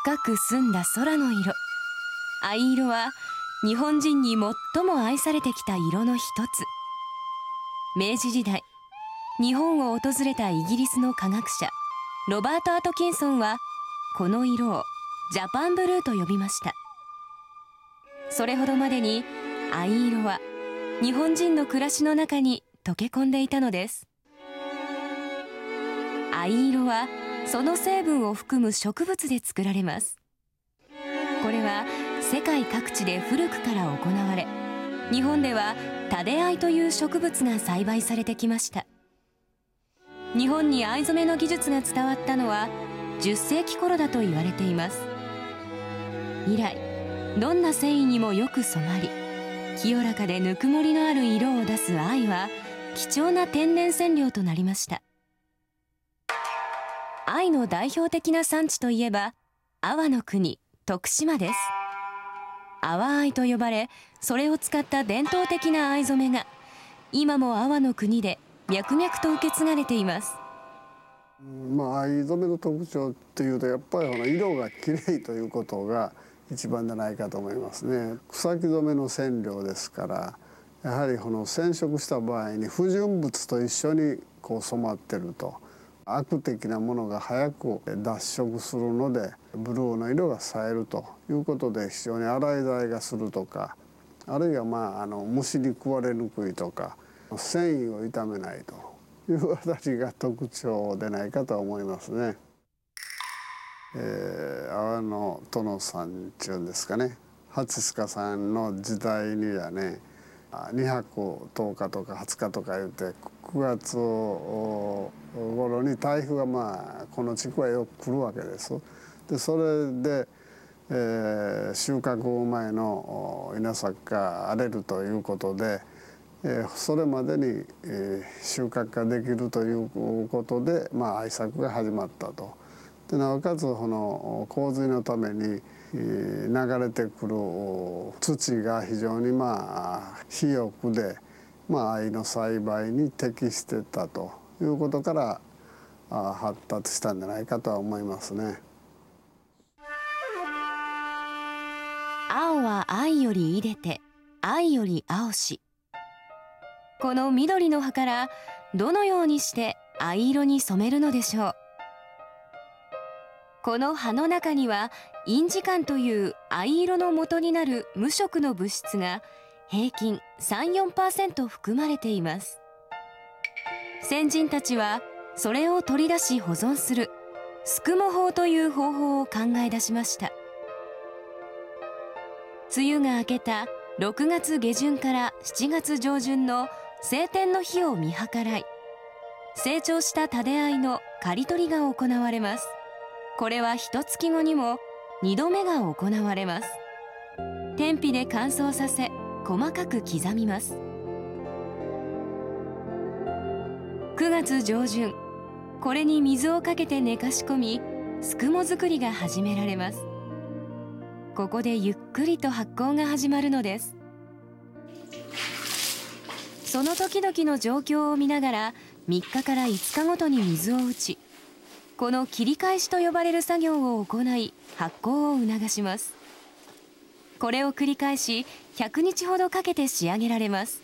深く澄んだ空の色。藍色は日本人に最も愛されてきた色の一つ。明治時代、日本を訪れたイギリスの科学者ロバート・アトキンソンはこの色をジャパンブルーと呼びました。それほどまでに藍色は日本人の暮らしの中に溶け込んでいたのです。藍色はその成分を含む植物で作られます。これは世界各地で古くから行われ、日本ではタデアイという植物が栽培されてきました。日本に藍染めの技術が伝わったのは10世紀頃だと言われています。以来、どんな繊維にもよく染まり、清らかでぬくもりのある色を出す藍は貴重な天然染料となりました。藍の代表的な産地といえば阿波の国徳島です。阿波藍と呼ばれ、それを使った伝統的な藍染めが今も阿波の国で脈々と受け継がれています。 藍染めの特徴っていうとやっぱり色がきれいということが一番じゃないかと思いますね。草木染めの染料ですから、やはり染色した場合に不純物と一緒に染まってると悪的なものが早く脱色するのでブルーの色が冴えるということで非常に洗いざえがするとか、あるいは虫に食われにくいとか繊維を傷めないというあたりが特徴でないかと思いますね。阿波の殿さんっていうんですかね、蜂須賀さんの時代にはね、2泊10日とか20日とか言って9月頃に台風がこの地区はよく来るわけです。でそれで、収穫前の稲作が荒れるということで、それまでに、収穫ができるということで、藍作が始まったと。でなおかつ洪水のために流れてくる土が非常に肥沃で、藍の栽培に適してたということから発達したんじゃないかとは思いますね。 青は藍より出でて藍より青し。この緑の葉からどのようにして藍色に染めるのでしょう。この葉の中には印字管という藍色の元になる無色の物質が平均 3-4% 含まれています。先人たちはそれを取り出し保存するすくも法という方法を考え出しました。梅雨が明けた6月下旬から7月上旬の晴天の日を見計らい、成長したタデ藍の刈り取りが行われます。これは1月後にも2度目が行われます。天日で乾燥させ細かく刻みます。9月上旬、これに水をかけて寝かし込み、すくも作りが始められます。ここでゆっくりと発酵が始まるのです。その時々の状況を見ながら3日から5日ごとに水を打ち、この切り返しと呼ばれる作業を行い発酵を促します。これを繰り返し100日ほどかけて仕上げられます。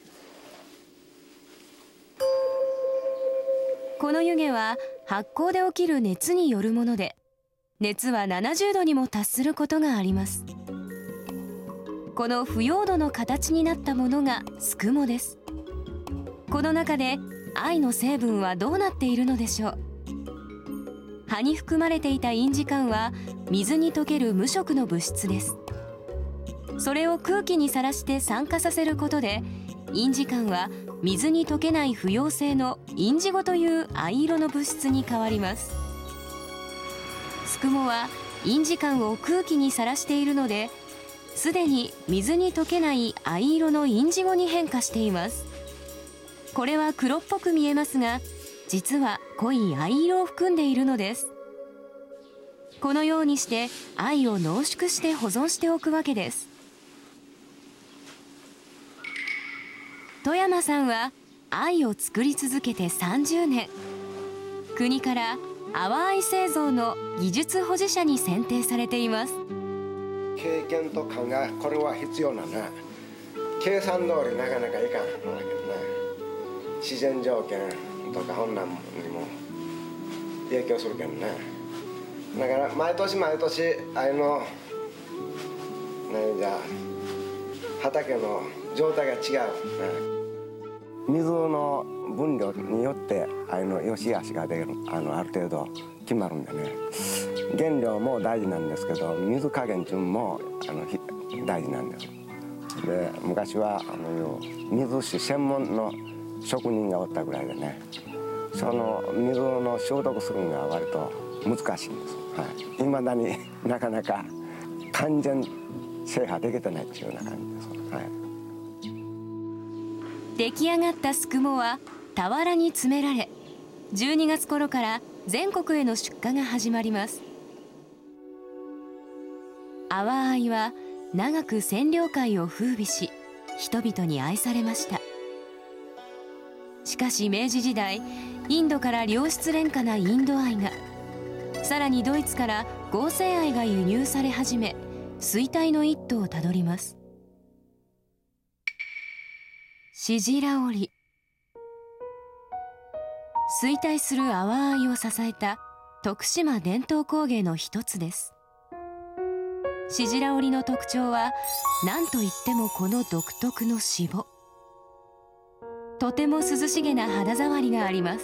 この湯気は発酵で起きる熱によるもので、熱は70度にも達することがあります。この腐葉土の形になったものがすくもです。この中で藍の成分はどうなっているのでしょう。葉に含まれていた印字管は水に溶ける無色の物質です。それを空気にさらして酸化させることで、印字管は水に溶けない不溶性の印字ゴという藍色の物質に変わります。すくもは印字管を空気にさらしているので、すでに水に溶けない藍色の印字ゴに変化しています。これは黒っぽく見えますが、実は濃い藍色を含んでいるのです。このようにして藍を濃縮して保存しておくわけです。富山さんは藍を作り続けて30年。国から阿波藍製造の技術保持者に選定されています。 経験と勘がこれは必要なな。計算通りなかなかいかんのだけどな。自然条件とかこんなんにも影響するけどね。だから毎年毎年何じゃ畑の状態が違う、水の分量によって良し悪しが出るある程度決まるんでね。原料も大事なんですけど水加減順も大事なんです。で昔は水師専門の職人がおったぐらいでね、その水の消毒するのが割と難しいんです。いまだになかなか完全制覇できてないっていうような感じです。 出来上がったすくもは俵に詰められ、12月頃から全国への出荷が始まります。阿波藍は長く占領界を風靡し、人々に愛されました。しかし明治時代、インドから良質廉価なインド藍が、さらにドイツから合成藍が輸入され始め、衰退の一途をたどります。シラ織、衰退する阿波藍を支えた徳島伝統工芸の一つです。シラ織の特徴は何といってもこの独特のしぼ。とても涼しげな肌触りがあります。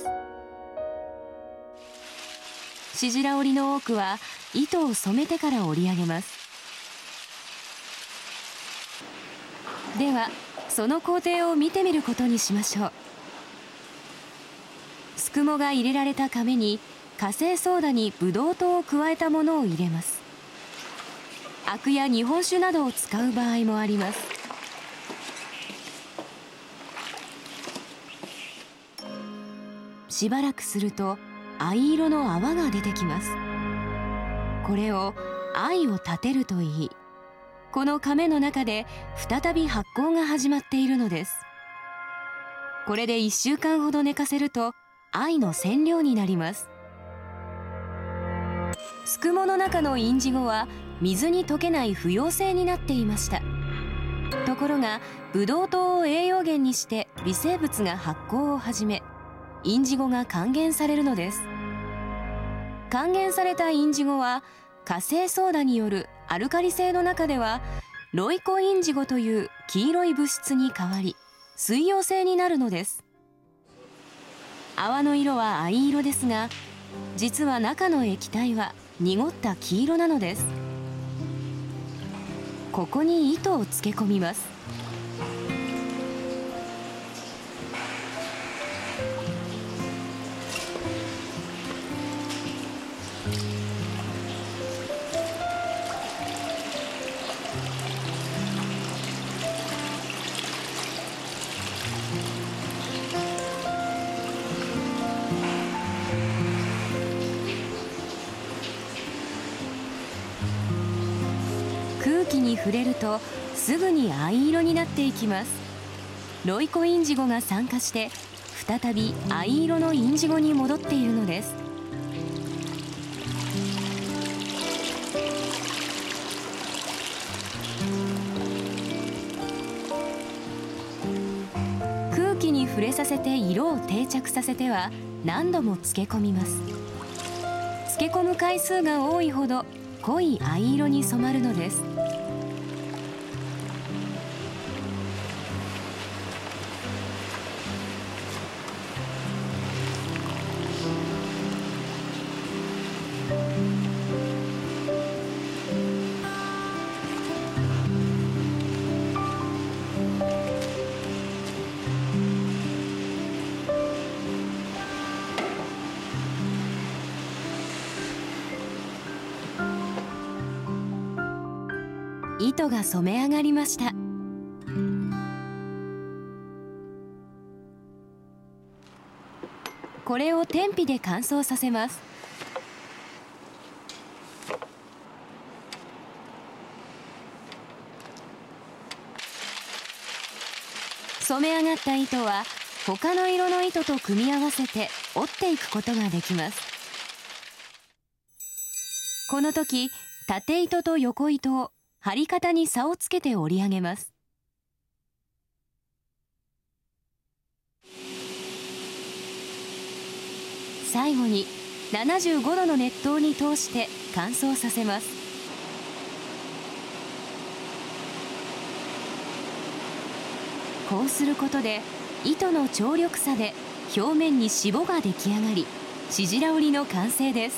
シラ織の多くは糸を染めてから織り上げます。ではその工程を見てみることにしましょう。すくもが入れられた甕に化成ソーダにブドウ糖を加えたものを入れます。アクや日本酒などを使う場合もあります。しばらくすると藍色の泡が出てきます。これを藍を立てるといい、この甕の中で再び発酵が始まっているのです。これで1週間ほど寝かせると藍の染料になります。すくもの中のインジゴは水に溶けない不溶性になっていました。ところがブドウ糖を栄養源にして微生物が発酵を始め、インジゴが還元されるのです。還元されたインジゴは化成ソーダによるアルカリ性の中ではロイコインジゴという黄色い物質に変わり水溶性になるのです。泡の色は藍色ですが、実は中の液体は濁った黄色なのです。ここに糸を漬け込みます。空気に触れるとすぐに藍色になっていきます。ロイコインジゴが酸化して再び藍色のインジゴに戻っているのです。空気に触れさせて色を定着させては何度も漬け込みます。漬け込む回数が多いほど濃い藍色に染まるのです。糸が染め上がりました。これを天日で乾燥させます。染め上がった糸は他の色の糸と組み合わせて織っていくことができます。 この時縦糸と横糸を張り方に差をつけて織り上げます。最後に75度の熱湯に通して乾燥させます。こうすることで糸の張力差で表面にしぼが出来上がり、しじら織りの完成です。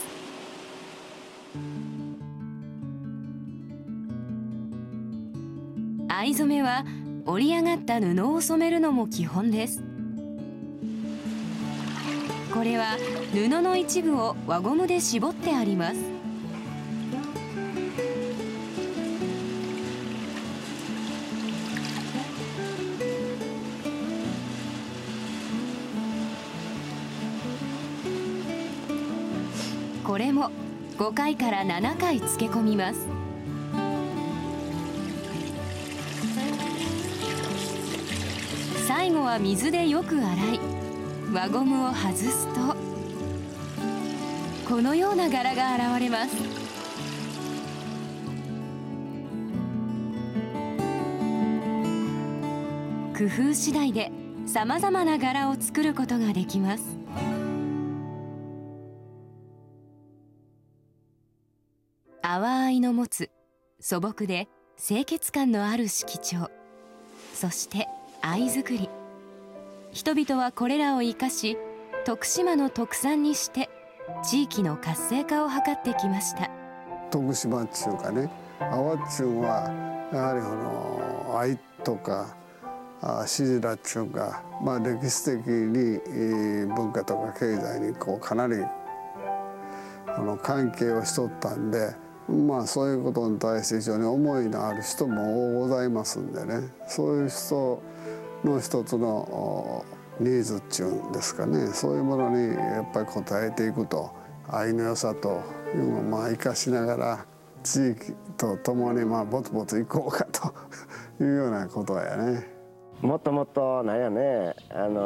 藍染めは織り上がった布を染めるのも基本です。これは布の一部を輪ゴムで絞ってあります。これも5回から7回漬け込みます。最後は水でよく洗い、輪ゴムを外すとこのような柄が現れます。工夫次第でさまざまな柄を作ることができます。淡藍の持つ素朴で清潔感のある色調、そして藍作り。人々はこれらを生かし、徳島の特産にして地域の活性化を図ってきました。 徳島っちゅうかね、阿波っちゅうはやはり藍とかしじらっちゅうか、歴史的に文化とか経済にかなり関係をしとったんで、そういうことに対して非常に思いのある人もございますんでね、そういう人の一つのニーズっていうんですかね、そういうものにやっぱり応えていくと、藍の良さというのを生かしながら地域とともにぼつぼついこうかというようなことやね。 もっともっとなんやね、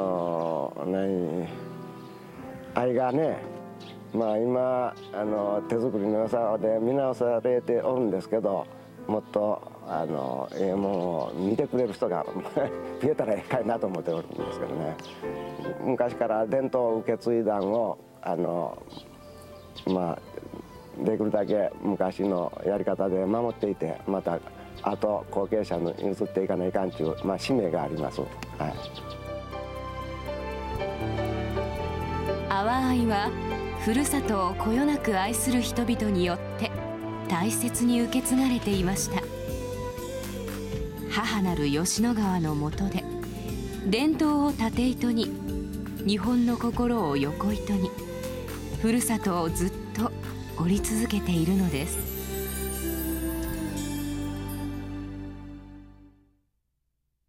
藍がね、今手作りの良さで見直されておるんですけど、もっともう見てくれる人が増えたらええかいなと思っておるんですけどね。昔から伝統を受け継いだんをできるだけ昔のやり方で守っていて、またあと後継者に譲っていかないかんという、使命があります。 阿波藍はふるさとをこよなく愛する人々によって大切に受け継がれていました。母なる吉野川の下で伝統を縦糸に、日本の心を横糸に、ふるさとをずっと織り続けているのです。